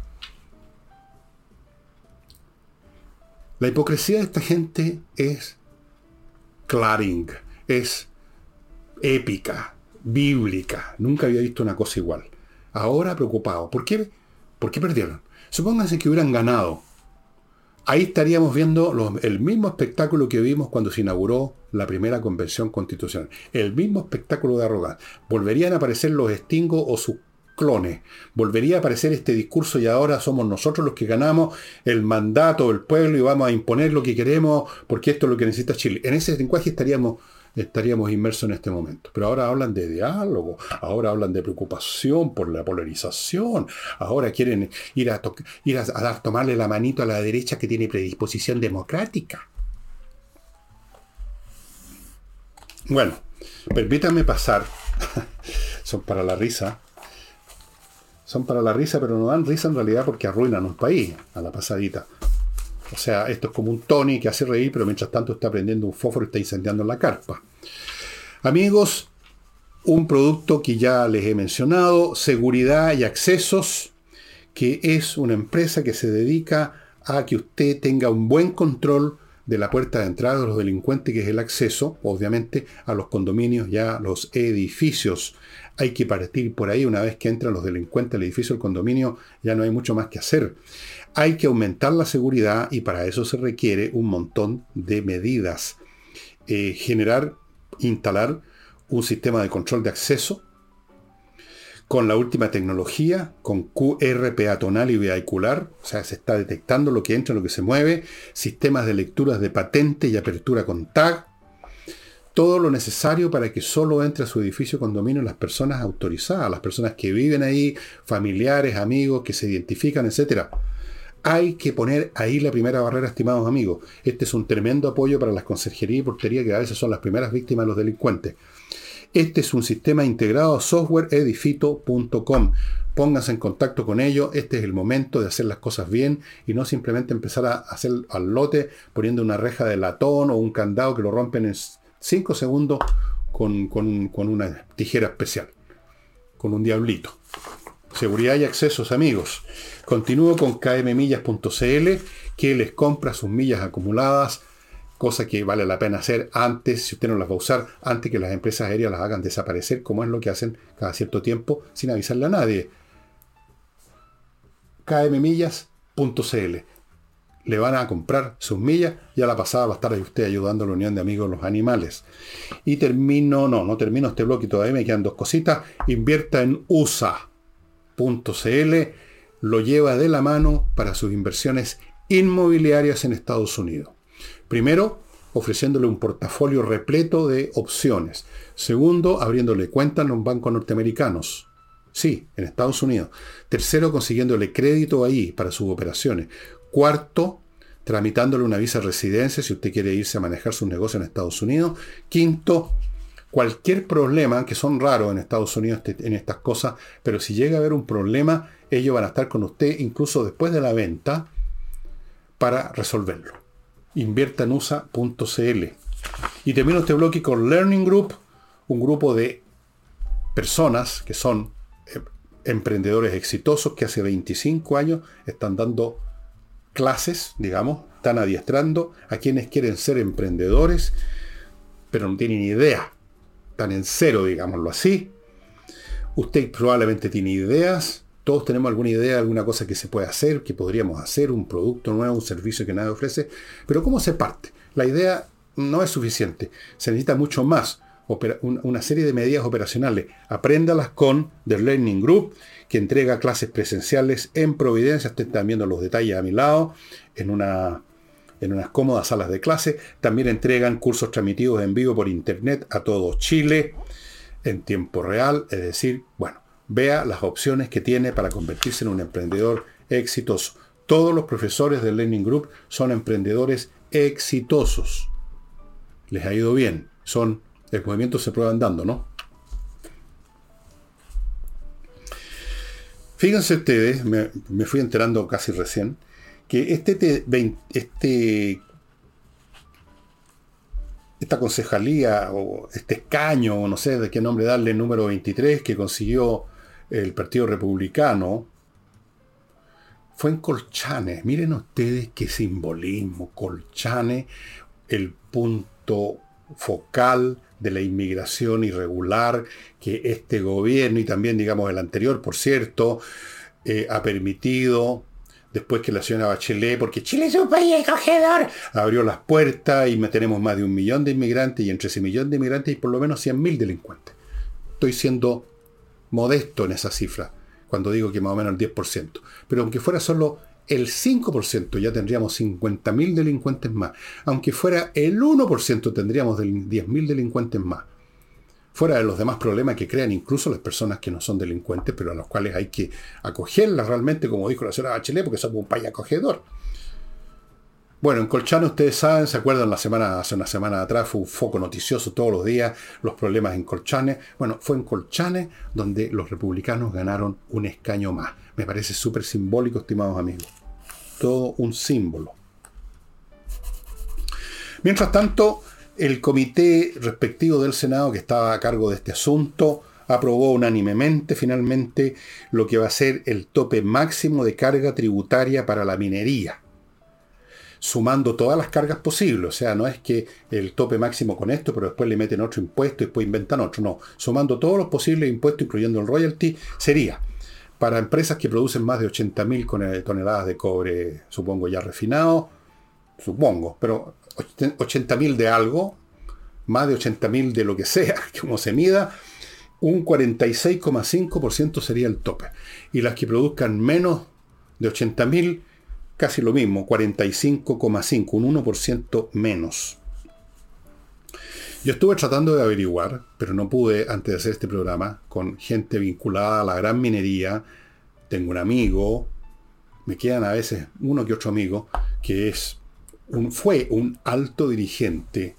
La hipocresía de esta gente es clarín, es épica, bíblica. Nunca había visto una cosa igual. Ahora preocupado. ¿Por qué perdieron? Supónganse que hubieran ganado. Ahí estaríamos viendo el mismo espectáculo que vimos cuando se inauguró la primera convención constitucional. El mismo espectáculo de arrogancia. Volverían a aparecer los extingos o sus clones. Volvería a aparecer este discurso y ahora somos nosotros los que ganamos el mandato del pueblo y vamos a imponer lo que queremos porque esto es lo que necesita Chile. En ese lenguaje estaríamos inmersos en este momento. Pero ahora hablan de diálogo, ahora hablan de preocupación por la polarización, ahora quieren ir a tomarle la manito a la derecha que tiene predisposición democrática. Bueno, permítanme pasar. Son para la risa, pero no dan risa en realidad porque arruinan un país a la pasadita. O sea, esto es como un Tony que hace reír, pero mientras tanto está prendiendo un fósforo y está incendiando la carpa. Amigos, un producto que ya les he mencionado, Seguridad y Accesos, que es una empresa que se dedica a que usted tenga un buen control de la puerta de entrada de los delincuentes, que es el acceso, obviamente, a los condominios y a los edificios. Hay que partir por ahí. Una vez que entran los delincuentes al edificio del condominio, ya no hay mucho más que hacer. Hay que aumentar la seguridad y para eso se requiere un montón de medidas. Instalar un sistema de control de acceso con la última tecnología, con QR peatonal y vehicular, o sea, se está detectando lo que entra, lo que se mueve, sistemas de lecturas de patente y apertura con tag, todo lo necesario para que solo entre a su edificio condominio las personas autorizadas, las personas que viven ahí, familiares, amigos, que se identifican, etcétera. Hay que poner ahí la primera barrera, estimados amigos. Este es un tremendo apoyo para las conserjerías y portería, que a veces son las primeras víctimas de los delincuentes. Este es un sistema integrado, softwareedifito.com. Pónganse en contacto con ellos. Este es el momento de hacer las cosas bien y no simplemente empezar a hacer al lote poniendo una reja de latón o un candado que lo rompen en 5 segundos con una tijera especial, con un diablito. Seguridad y accesos, amigos. Continúo con kmmillas.cl, que les compra sus millas acumuladas, cosa que vale la pena hacer antes, si usted no las va a usar, antes que las empresas aéreas las hagan desaparecer, como es lo que hacen cada cierto tiempo, sin avisarle a nadie. kmmillas.cl. Le van a comprar sus millas, ya la pasada va a estar ahí usted ayudando a la Unión de Amigos de los Animales. Y no termino este bloque, todavía me quedan 2 cositas. Invierta en USA. lo lleva de la mano para sus inversiones inmobiliarias en Estados Unidos. Primero, ofreciéndole un portafolio repleto de opciones. Segundo, abriéndole cuentas en los bancos norteamericanos. Sí, en Estados Unidos. Tercero, consiguiéndole crédito ahí para sus operaciones. Cuarto, tramitándole una visa de residencia si usted quiere irse a manejar sus negocios en Estados Unidos. Quinto, cualquier problema, que son raros en Estados Unidos en estas cosas, pero si llega a haber un problema, ellos van a estar con usted incluso después de la venta para resolverlo. Invierta en USA.cl. Y termino este bloque con Learning Group, un grupo de personas que son emprendedores exitosos que hace 25 años están dando clases, digamos, están adiestrando a quienes quieren ser emprendedores, pero no tienen idea. Están en cero, digámoslo así. Usted probablemente tiene ideas. Todos tenemos alguna idea, alguna cosa que se puede hacer, que podríamos hacer, un producto nuevo, un servicio que nadie ofrece. Pero ¿cómo se parte? La idea no es suficiente. Se necesita mucho más. Una serie de medidas operacionales. Apréndalas con The Learning Group, que entrega clases presenciales en Providencia. Ustedes están viendo los detalles a mi lado, en unas cómodas salas de clase. También entregan cursos transmitidos en vivo por internet a todo Chile, en tiempo real. Es decir, bueno, vea las opciones que tiene para convertirse en un emprendedor exitoso. Todos los profesores del Learning Group son emprendedores exitosos. Les ha ido bien. El movimiento se prueba andando, ¿no? Fíjense ustedes, me fui enterando casi recién, que esta concejalía, o este escaño, o no sé de qué nombre darle, número 23, que consiguió el Partido Republicano, fue en Colchane. Miren ustedes qué simbolismo. Colchane, el punto focal de la inmigración irregular que este gobierno, y también, digamos, el anterior, por cierto, ha permitido, después que la señora Bachelet, porque Chile es un país acogedor, abrió las puertas y tenemos más de 1 millón de inmigrantes, y entre ese millón de inmigrantes hay por lo menos 100.000 delincuentes. Estoy siendo modesto en esa cifra, cuando digo que más o menos el 10%. Pero aunque fuera solo el 5%, ya tendríamos 50.000 delincuentes más. Aunque fuera el 1%, tendríamos 10.000 delincuentes más. Fuera de los demás problemas que crean incluso las personas que no son delincuentes, pero a los cuales hay que acogerlas realmente, como dijo la señora Bachelet, porque somos un país acogedor. Bueno, en Colchane, ustedes saben, se acuerdan, hace una semana atrás fue un foco noticioso todos los días, los problemas en Colchane. Bueno, fue en Colchane donde los republicanos ganaron un escaño más. Me parece súper simbólico, estimados amigos. Todo un símbolo. Mientras tanto, el comité respectivo del Senado que estaba a cargo de este asunto aprobó unánimemente, finalmente, lo que va a ser el tope máximo de carga tributaria para la minería, sumando todas las cargas posibles. O sea, no es que el tope máximo con esto, pero después le meten otro impuesto y después inventan otro. No, sumando todos los posibles impuestos, incluyendo el royalty, sería para empresas que producen más de 80.000 toneladas de cobre, supongo ya refinado, pero 80.000 de algo, más de 80.000 de lo que sea, como se mida, un 46,5% sería el tope. Y las que produzcan menos de 80.000, casi lo mismo, 45,5, un 1% menos. Yo estuve tratando de averiguar, pero no pude antes de hacer este programa, con gente vinculada a la gran minería. Tengo un amigo, me quedan a veces uno que otro amigo, que fue un alto dirigente,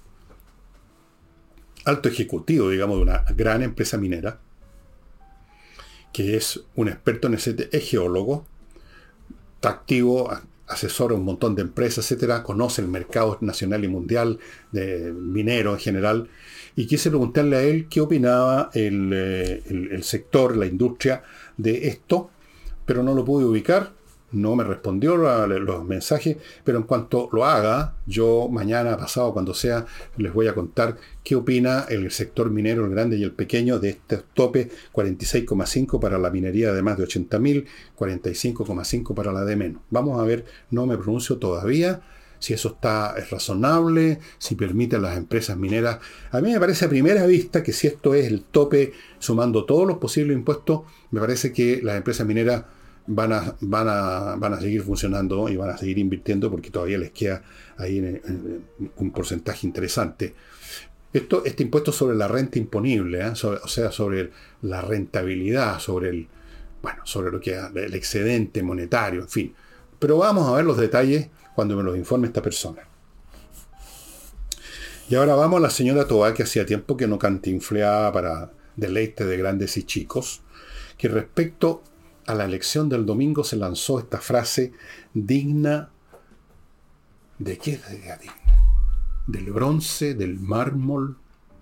alto ejecutivo, digamos, de una gran empresa minera, que es un experto en ese, es geólogo, está activo, asesora un montón de empresas, etcétera, conoce el mercado nacional y mundial de minero en general, y quise preguntarle a él qué opinaba el sector, la industria de esto, pero no lo pude ubicar, no me respondió los mensajes, pero en cuanto lo haga, yo mañana, pasado, cuando sea, les voy a contar qué opina el sector minero, el grande y el pequeño, de este tope 46,5 para la minería de más de 80.000, 45,5 para la de menos. Vamos a ver, no me pronuncio todavía, si eso es razonable, si permite a las empresas mineras. A mí me parece a primera vista que si esto es el tope, sumando todos los posibles impuestos, me parece que las empresas mineras van a seguir funcionando y van a seguir invirtiendo porque todavía les queda ahí un porcentaje interesante. Este impuesto sobre la renta imponible, sobre la rentabilidad, sobre lo que es el excedente monetario, en fin. Pero vamos a ver los detalles cuando me los informe esta persona. Y ahora vamos a la señora Toá, que hacía tiempo que no cantinfleaba para deleite de grandes y chicos, que respecto a la elección del domingo se lanzó esta frase digna. ¿De qué es digna? Del bronce, del mármol,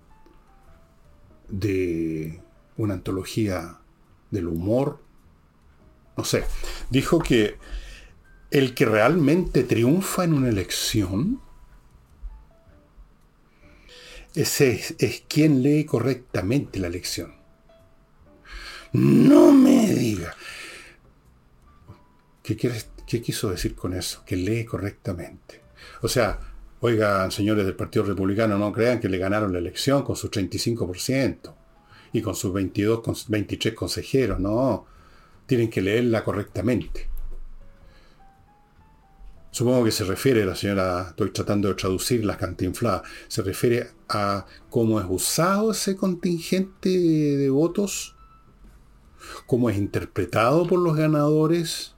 de una antología del humor. No sé. Dijo que el que realmente triunfa en una elección es quien lee correctamente la elección. No me diga. ¿Qué quiso decir con eso? Que lee correctamente. O sea, oigan, señores del Partido Republicano, no crean que le ganaron la elección con su 35% y con sus 23 consejeros. No, tienen que leerla correctamente. Supongo que se refiere, la señora, estoy tratando de traducir la cantinflada, se refiere a cómo es usado ese contingente de votos, cómo es interpretado por los ganadores.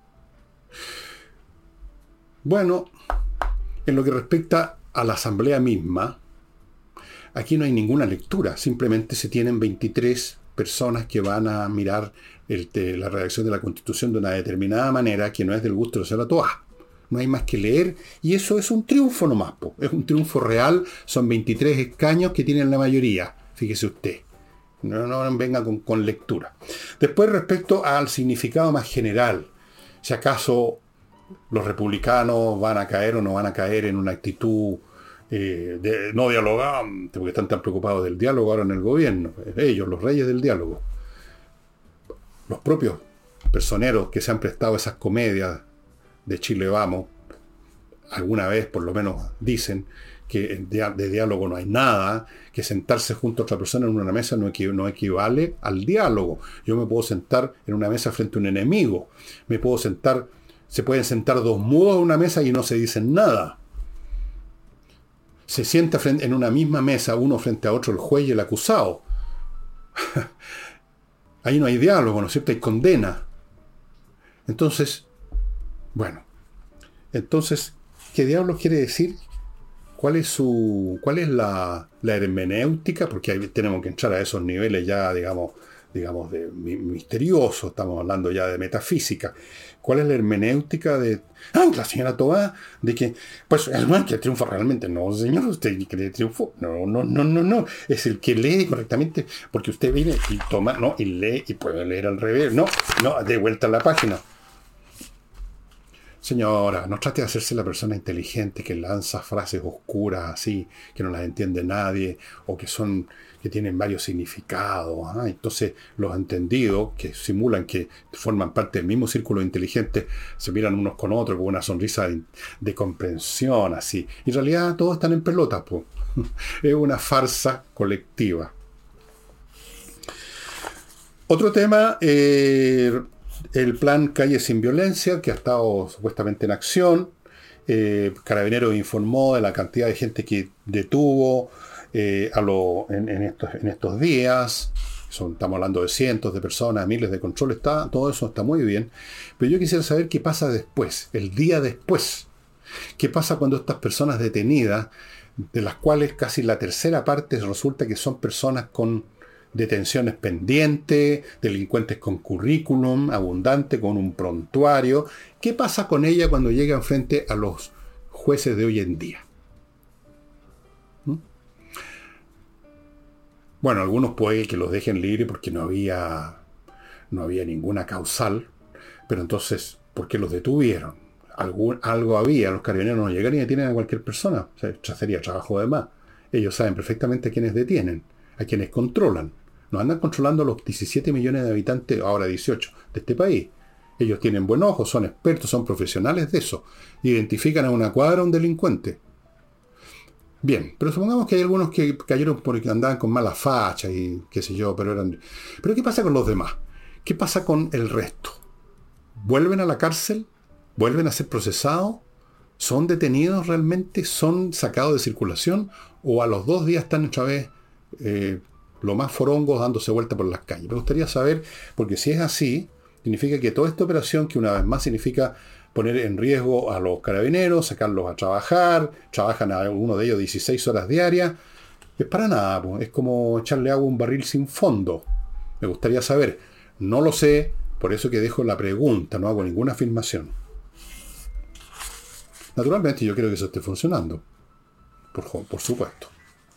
Bueno, en lo que respecta a la asamblea misma, aquí no hay ninguna lectura, simplemente se tienen 23 personas que van a mirar la redacción de la Constitución de una determinada manera que no es del gusto de la señora Toá. No hay más que leer, y eso es un triunfo nomás, es un triunfo real, son 23 escaños que tienen la mayoría, fíjese usted. No venga con lectura. Después, respecto al significado más general, si acaso los republicanos van a caer o no van a caer en una actitud de no dialogante, porque están tan preocupados del diálogo ahora en el gobierno, ellos, los reyes del diálogo, los propios personeros que se han prestado a esas comedias de Chile Vamos, alguna vez por lo menos dicen que de diálogo no hay nada, que sentarse junto a otra persona en una mesa no equivale al diálogo. Yo me puedo sentar en una mesa frente a un enemigo, se pueden sentar dos mudos en una mesa y no se dicen nada. Se sienta en una misma mesa uno frente a otro el juez y el acusado. Ahí no hay diálogo, ¿no es cierto? Hay condena. Entonces, ¿qué diablos quiere decir? ¿Cuál es la hermenéutica? Porque ahí tenemos que entrar a esos niveles ya, digamos, de misterioso, estamos hablando ya de metafísica. ¿Cuál es la hermenéutica de la señora Toá? De que, pues, no es que triunfa realmente. No, señor, usted cree que triunfó. No. Es el que lee correctamente, porque usted viene y toma, y lee y puede leer al revés. No, de vuelta a la página. Señora, no trate de hacerse la persona inteligente que lanza frases oscuras así, que no las entiende nadie, o que tienen varios significados. Entonces, los entendidos, que simulan que forman parte del mismo círculo inteligente, se miran unos con otros con una sonrisa de comprensión, así. Y en realidad todos están en pelota, pues. Es una farsa colectiva. Otro tema, el plan Calle Sin Violencia, que ha estado supuestamente en acción. Carabineros informó de la cantidad de gente que detuvo en estos días. Estamos hablando de cientos de personas, miles de controles, todo eso está muy bien. Pero yo quisiera saber qué pasa después, el día después. ¿Qué pasa cuando estas personas detenidas, de las cuales casi la tercera parte resulta que son personas con detenciones pendientes, delincuentes con currículum abundante, con un prontuario? ¿Qué pasa con ella cuando llegan frente a los jueces de hoy en día? Bueno, algunos puede que los dejen libres porque no había ninguna causal, pero entonces, ¿por qué los detuvieron? Algo había, los carabineros no llegan y detienen a cualquier persona, o sea, ya sería trabajo de más. Ellos saben perfectamente a quienes detienen, a quienes controlan. No andan controlando a los 17 millones de habitantes, ahora 18, de este país. Ellos tienen buen ojo, son expertos, son profesionales de eso. Identifican a una cuadra a un delincuente. Bien, pero supongamos que hay algunos que cayeron porque andaban con mala facha y qué sé yo, pero eran... Pero ¿qué pasa con los demás? ¿Qué pasa con el resto? ¿Vuelven a la cárcel? ¿Vuelven a ser procesados? ¿Son detenidos realmente? ¿Son sacados de circulación? ¿O a los 2 días están otra vez lo más forongos dándose vuelta por las calles? Me gustaría saber, porque si es así, significa que toda esta operación, que una vez más significa poner en riesgo a los carabineros, sacarlos a trabajar, trabajan a alguno de ellos 16 horas diarias, es para nada, pues. Es como echarle agua a un barril sin fondo. Me gustaría saber, no lo sé, por eso que dejo la pregunta, no hago ninguna afirmación. Naturalmente yo creo que eso esté funcionando, por supuesto.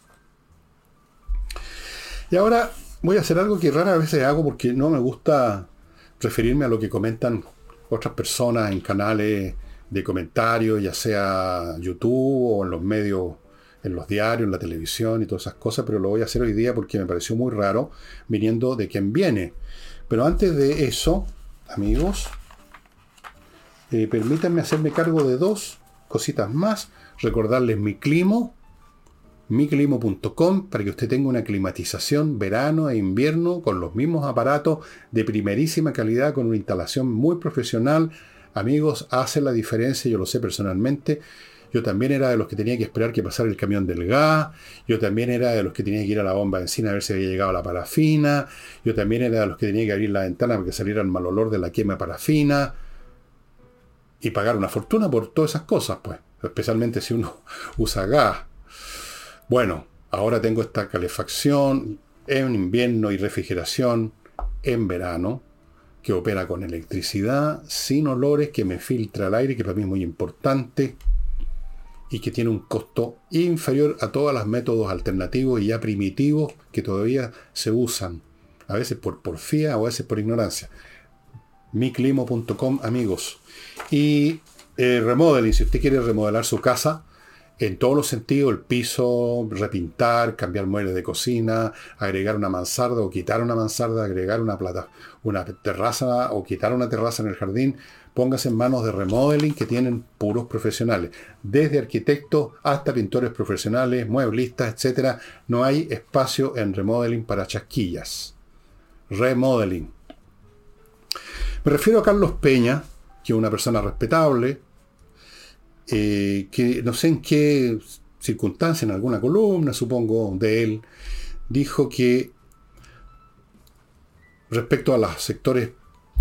Y ahora voy a hacer algo que raras veces hago porque no me gusta referirme a lo que comentan otras personas en canales de comentarios, ya sea YouTube o en los medios, en los diarios, en la televisión y todas esas cosas, pero lo voy a hacer hoy día porque me pareció muy raro viniendo de quien viene. Pero antes de eso, amigos, permítanme hacerme cargo de 2 cositas más. Recordarles miclimo.com para que usted tenga una climatización verano e invierno con los mismos aparatos de primerísima calidad, con una instalación muy profesional. Amigos, hace la diferencia, yo lo sé personalmente. Yo también era de los que tenía que esperar que pasara el camión del gas. Yo también era de los que tenía que ir a la bomba de benzina a ver si había llegado la parafina. Yo también era de los que tenía que abrir la ventana para que saliera el mal olor de la quema de parafina. Y pagar una fortuna por todas esas cosas, pues. Especialmente si uno usa gas. Bueno, ahora tengo esta calefacción en invierno y refrigeración en verano, que opera con electricidad, sin olores, que me filtra el aire, que para mí es muy importante, y que tiene un costo inferior a todos los métodos alternativos y ya primitivos que todavía se usan, a veces por porfía o a veces por ignorancia. miclimo.com, amigos. Y remodeling, si usted quiere remodelar su casa, en todos los sentidos, el piso, repintar, cambiar muebles de cocina, agregar una mansarda o quitar una mansarda, agregar una terraza o quitar una terraza en el jardín, póngase en manos de remodeling que tienen puros profesionales. Desde arquitectos hasta pintores profesionales, mueblistas, etc. No hay espacio en remodeling para chasquillas. Remodeling. Me refiero a Carlos Peña, que es una persona respetable, que no sé en qué circunstancia, en alguna columna, supongo, de él, dijo que respecto a los sectores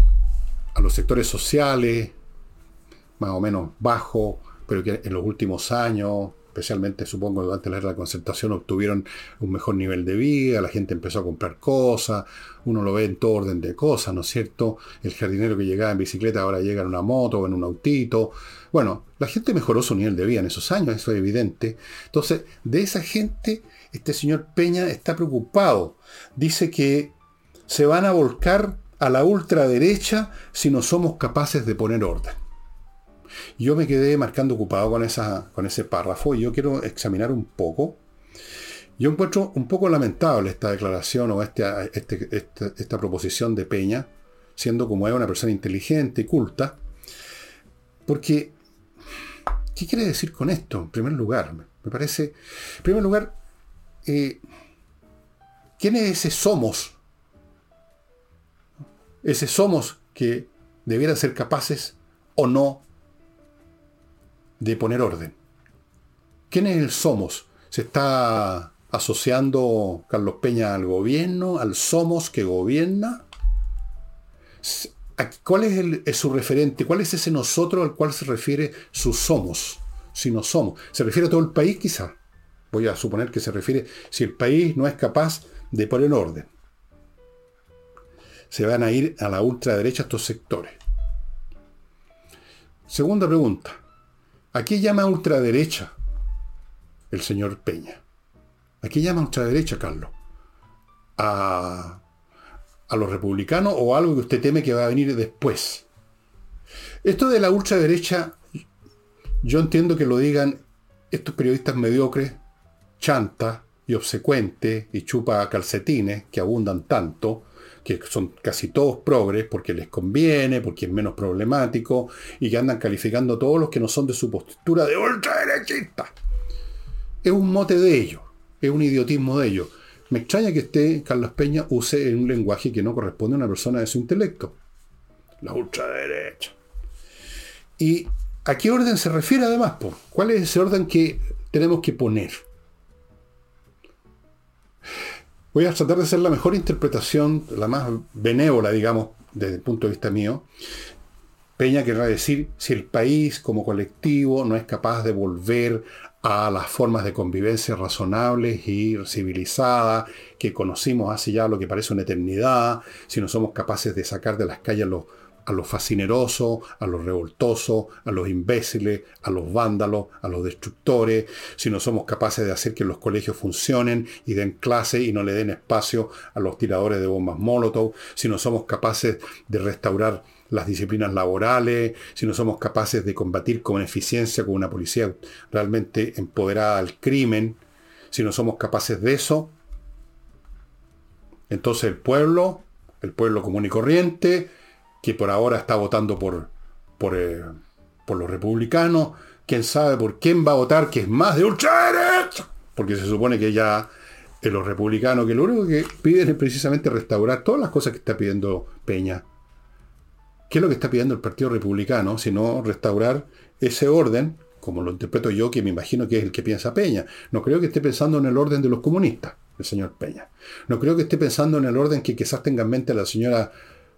sociales, más o menos bajos, pero que en los últimos años, especialmente supongo durante la era de la Concertación, obtuvieron un mejor nivel de vida, la gente empezó a comprar cosas, uno lo ve en todo orden de cosas, ¿no es cierto? El jardinero que llegaba en bicicleta ahora llega en una moto o en un autito. Bueno, la gente mejoró su nivel de vida en esos años, eso es evidente. Entonces, de esa gente, este señor Peña está preocupado. Dice que se van a volcar a la ultraderecha si no somos capaces de poner orden. Yo me quedé marcando ocupado con ese párrafo y yo quiero examinar un poco. Yo encuentro un poco lamentable esta declaración o esta proposición de Peña, siendo como es una persona inteligente y culta, porque ¿qué quiere decir con esto? En primer lugar, me parece, en primer lugar, ¿quién es ese somos? Ese somos que debiera ser capaces o no de poner orden. ¿Quién es el somos? ¿Se está asociando Carlos Peña al gobierno, al somos que gobierna? ¿Cuál es su referente? ¿Cuál es ese nosotros al cual se refiere su somos? Si no somos. ¿Se refiere a todo el país quizá? Voy a suponer que se refiere si el país no es capaz de poner orden. Se van a ir a la ultraderecha estos sectores. Segunda pregunta. ¿A qué llama ultraderecha el señor Peña? ¿A qué llama ultraderecha, Carlos? ¿A los republicanos o algo que usted teme que va a venir después? Esto de la ultraderecha, yo entiendo que lo digan estos periodistas mediocres, chantas y obsecuentes y chupa calcetines que abundan tanto, que son casi todos progres porque les conviene, porque es menos problemático, y que andan calificando a todos los que no son de su postura de ultraderechista. Es un mote de ellos, es un idiotismo de ellos. Me extraña que Carlos Peña use un lenguaje que no corresponde a una persona de su intelecto. La ultraderecha. ¿Y a qué orden se refiere además? ¿Cuál es ese orden que tenemos que poner? Voy a tratar de hacer la mejor interpretación, la más benévola, digamos, desde el punto de vista mío. Peña querrá decir, si el país como colectivo no es capaz de volver a las formas de convivencia razonables y civilizadas que conocimos hace ya lo que parece una eternidad, si no somos capaces de sacar de las calles a los fascinerosos, a los revoltosos, a los imbéciles, a los vándalos, a los destructores, si no somos capaces de hacer que los colegios funcionen y den clase y no le den espacio a los tiradores de bombas Molotov, si no somos capaces de restaurar las disciplinas laborales, si no somos capaces de combatir con eficiencia con una policía realmente empoderada al crimen, si no somos capaces de eso, entonces el pueblo común y corriente, que por ahora está votando por los republicanos, quién sabe por quién va a votar, que es más de ultraderecha, porque se supone que ya los republicanos, que lo único que piden es precisamente restaurar todas las cosas que está pidiendo Peña. ¿Qué es lo que está pidiendo el Partido Republicano? Sino restaurar ese orden, como lo interpreto yo, que me imagino que es el que piensa Peña. No creo que esté pensando en el orden de los comunistas, el señor Peña. No creo que esté pensando en el orden que quizás tenga en mente la señora,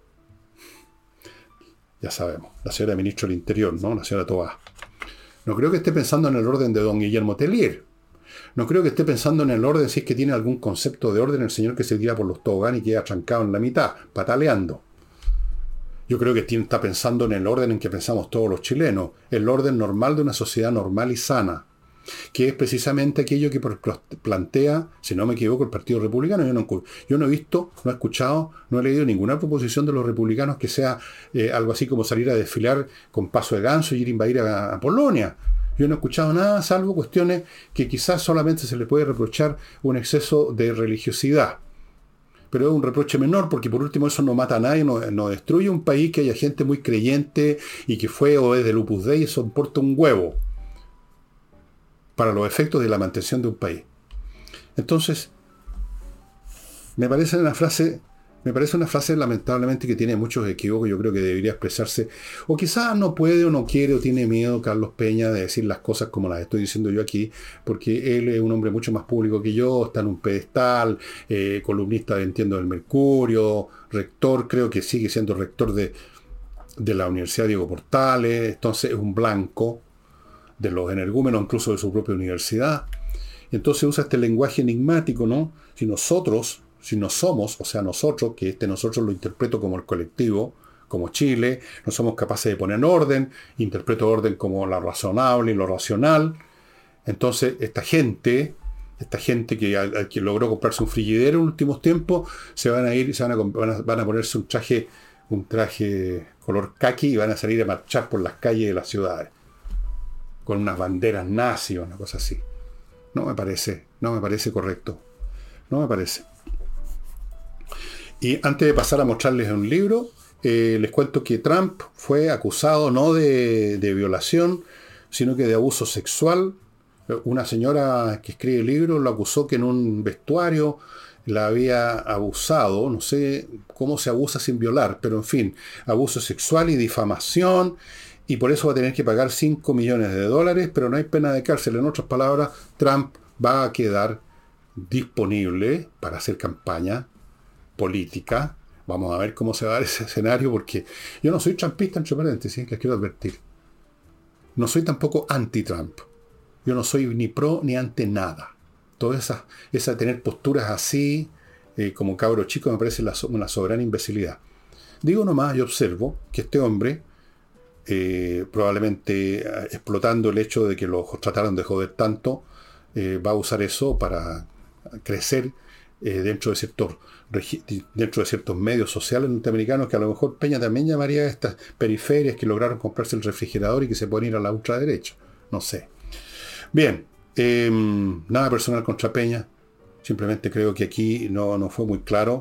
ya sabemos, la señora ministra del Interior, ¿no? La señora Tobá. No creo que esté pensando en el orden de don Guillermo Tellier. No creo que esté pensando en el orden, si es que tiene algún concepto de orden, el señor que se tira por los toboganes y queda trancado en la mitad, pataleando. Yo creo que está pensando en el orden en que pensamos todos los chilenos, el orden normal de una sociedad normal y sana, que es precisamente aquello que plantea, si no me equivoco, el Partido Republicano. Yo no he visto, no he escuchado, no he leído ninguna proposición de los republicanos que sea algo así como salir a desfilar con paso de ganso y ir a invadir a Polonia. Yo no he escuchado nada, salvo cuestiones que quizás solamente se le puede reprochar un exceso de religiosidad. Pero es un reproche menor, porque por último eso no mata a nadie, no destruye un país que haya gente muy creyente y que fue o es del Opus Dei, eso importa un huevo para los efectos de la mantención de un país. Entonces, me parece una frase lamentablemente que tiene muchos equívocos. Yo creo que debería expresarse, o quizás no puede o no quiere o tiene miedo Carlos Peña de decir las cosas como las estoy diciendo yo aquí, porque él es un hombre mucho más público que yo, está en un pedestal, columnista de Entiendo del Mercurio, rector, creo que sigue siendo rector de la Universidad Diego Portales, entonces es un blanco de los energúmenos incluso de su propia universidad. Entonces usa este lenguaje enigmático, ¿no? Si no somos, o sea, nosotros, que nosotros lo interpreto como el colectivo, como Chile, no somos capaces de poner en orden, interpreto orden como lo razonable y lo racional. Entonces, esta gente que logró comprarse un frigidero en los últimos tiempos, van a ponerse un traje color caqui y van a salir a marchar por las calles de las ciudades, con unas banderas nazis o una cosa así. No me parece correcto. No me parece. Y antes de pasar a mostrarles un libro, les cuento que Trump fue acusado no de violación, sino que de abuso sexual. Una señora que escribe el libro lo acusó que en un vestuario la había abusado. No sé cómo se abusa sin violar, pero en fin, abuso sexual y difamación, y por eso va a tener que pagar $5 millones, pero no hay pena de cárcel. En otras palabras, Trump va a quedar disponible para hacer campaña política. Vamos a ver cómo se va a dar ese escenario, porque yo no soy trumpista, entre paréntesis, les quiero advertir. No soy tampoco anti-Trump. Yo no soy ni pro ni ante nada. Toda esa tener posturas así, como cabro chico, me parece una soberana imbecilidad. Digo nomás, yo observo que este hombre, probablemente explotando el hecho de que lo trataron de joder tanto, va a usar eso para crecer dentro de ciertos medios sociales norteamericanos, que a lo mejor Peña también llamaría a estas periferias que lograron comprarse el refrigerador y que se pueden ir a la ultraderecha. No sé. Bien, nada personal contra Peña. Simplemente creo que aquí no fue muy claro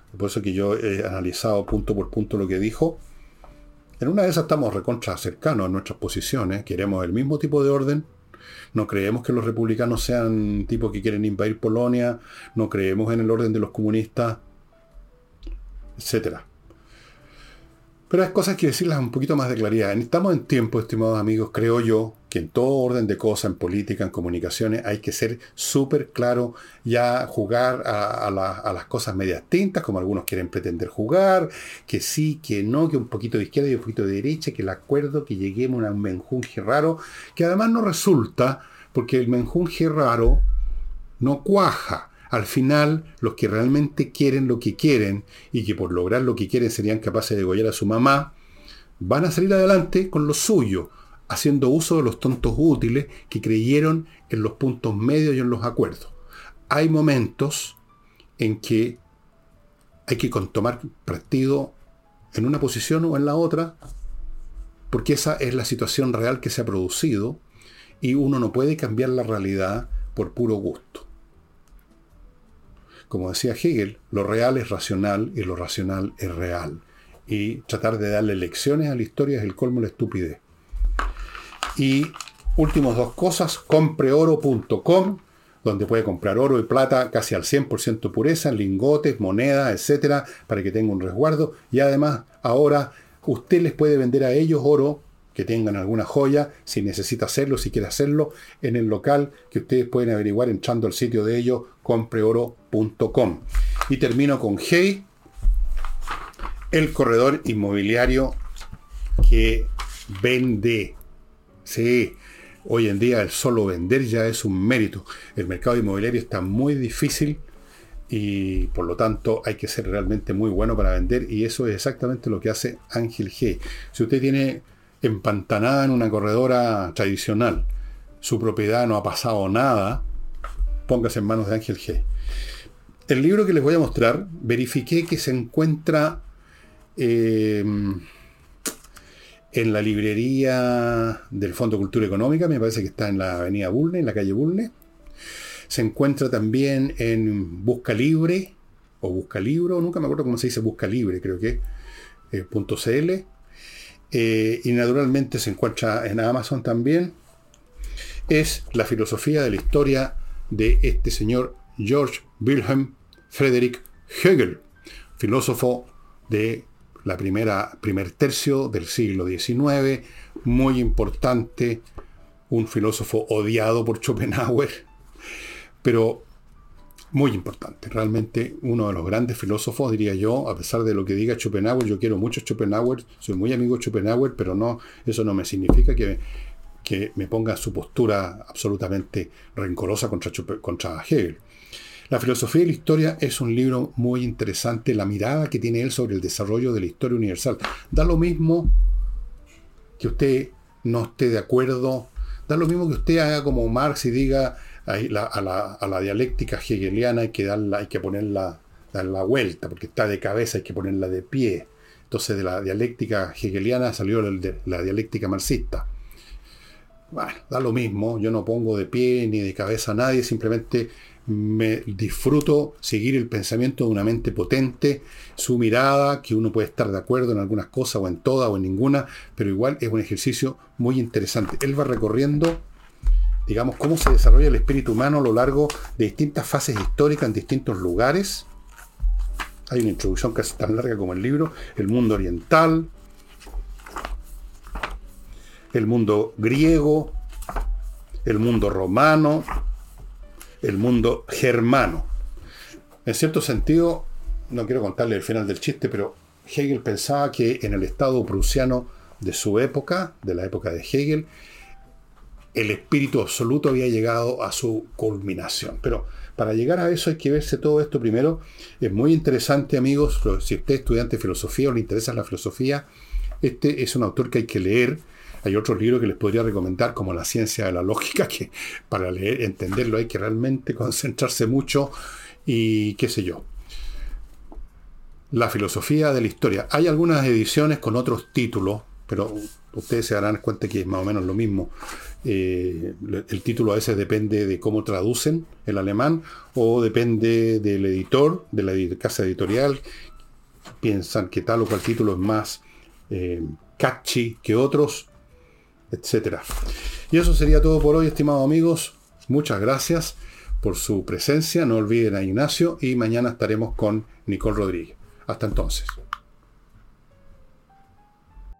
por eso que yo he analizado punto por punto lo que dijo. En una de esas estamos recontra cercanos a nuestras posiciones, queremos el mismo tipo de orden, no creemos que los republicanos sean tipos que quieren invadir Polonia, no creemos en el orden de los comunistas, etcétera. Pero hay cosas que decirlas un poquito más de claridad. Estamos en tiempo, estimados amigos, creo yo, que en todo orden de cosas, en política, en comunicaciones, hay que ser súper claro, ya jugar a las cosas medias tintas, como algunos quieren pretender jugar, que sí, que no, que un poquito de izquierda y un poquito de derecha, que el acuerdo, que lleguemos a un menjunje raro, que además no resulta, porque el menjunje raro no cuaja. Al final, los que realmente quieren lo que quieren y que por lograr lo que quieren serían capaces de degollar a su mamá, van a salir adelante con lo suyo, haciendo uso de los tontos útiles que creyeron en los puntos medios y en los acuerdos. Hay momentos en que hay que tomar partido en una posición o en la otra, porque esa es la situación real que se ha producido y uno no puede cambiar la realidad por puro gusto. Como decía Hegel, lo real es racional y lo racional es real. Y tratar de darle lecciones a la historia es el colmo de la estupidez. Y últimas dos cosas, compreoro.com, donde puede comprar oro y plata casi al 100% pureza, lingotes, monedas, etcétera, para que tenga un resguardo. Y además, ahora usted les puede vender a ellos oro, que tengan alguna joya, si necesita hacerlo, si quiere hacerlo, en el local que ustedes pueden averiguar entrando al sitio de ellos, compreoro.com. Y termino con Hey, el corredor inmobiliario que vende. Sí, hoy en día el solo vender ya es un mérito. El mercado inmobiliario está muy difícil y por lo tanto hay que ser realmente muy bueno para vender, y eso es exactamente lo que hace Ángel G. Si usted tiene empantanada en una corredora tradicional, su propiedad no ha pasado nada, póngase en manos de Ángel G. El libro que les voy a mostrar, verifiqué que se encuentra en la librería del Fondo de Cultura Económica, me parece que está en la avenida Bulnes, en la calle Bulnes. Se encuentra también en Busca Libre, o Busca Libro, nunca me acuerdo cómo se dice Busca Libre, creo que .cl. Y naturalmente se encuentra en Amazon también. Es la filosofía de la historia de este señor George Wilhelm Friedrich Hegel, filósofo de la primer tercio del siglo XIX, muy importante, un filósofo odiado por Schopenhauer, pero muy importante, realmente uno de los grandes filósofos, diría yo, a pesar de lo que diga Schopenhauer. Yo quiero mucho a Schopenhauer, soy muy amigo de Schopenhauer, pero no, eso no me significa que me ponga su postura absolutamente rencorosa contra Hegel. La filosofía de la historia es un libro muy interesante, la mirada que tiene él sobre el desarrollo de la historia universal. Da lo mismo que usted no esté de acuerdo, da lo mismo que usted haga como Marx y diga a la dialéctica hegeliana hay que ponerla, dar la vuelta, porque está de cabeza, hay que ponerla de pie. Entonces de la dialéctica hegeliana salió la dialéctica marxista. Bueno, da lo mismo, yo no pongo de pie ni de cabeza a nadie, simplemente me disfruto seguir el pensamiento de una mente potente, su mirada, que uno puede estar de acuerdo en algunas cosas o en todas o en ninguna, pero igual es un ejercicio muy interesante. Él va recorriendo, digamos, cómo se desarrolla el espíritu humano a lo largo de distintas fases históricas en distintos lugares. Hay una introducción casi tan larga como el libro. El mundo oriental, el mundo griego, el mundo romano, el mundo germano. En cierto sentido, no quiero contarle el final del chiste, pero Hegel pensaba que en el Estado prusiano de su época, de la época de Hegel, el espíritu absoluto había llegado a su culminación. Pero para llegar a eso hay que verse todo esto primero. Es muy interesante, amigos, si usted es estudiante de filosofía o le interesa la filosofía, este es un autor que hay que leer. Hay otros libros que les podría recomendar, como La ciencia de la lógica, que para leer, entenderlo hay que realmente concentrarse mucho y qué sé yo. La filosofía de la historia. Hay algunas ediciones con otros títulos, pero ustedes se darán cuenta que es más o menos lo mismo. El título a veces depende de cómo traducen el alemán, o depende del editor, de la casa editorial. Piensan que tal o cual título es más catchy que otros, etcétera. Y eso sería todo por hoy, estimados amigos. Muchas gracias por su presencia. No olviden a Ignacio, y mañana estaremos con Nicole Rodríguez. Hasta entonces.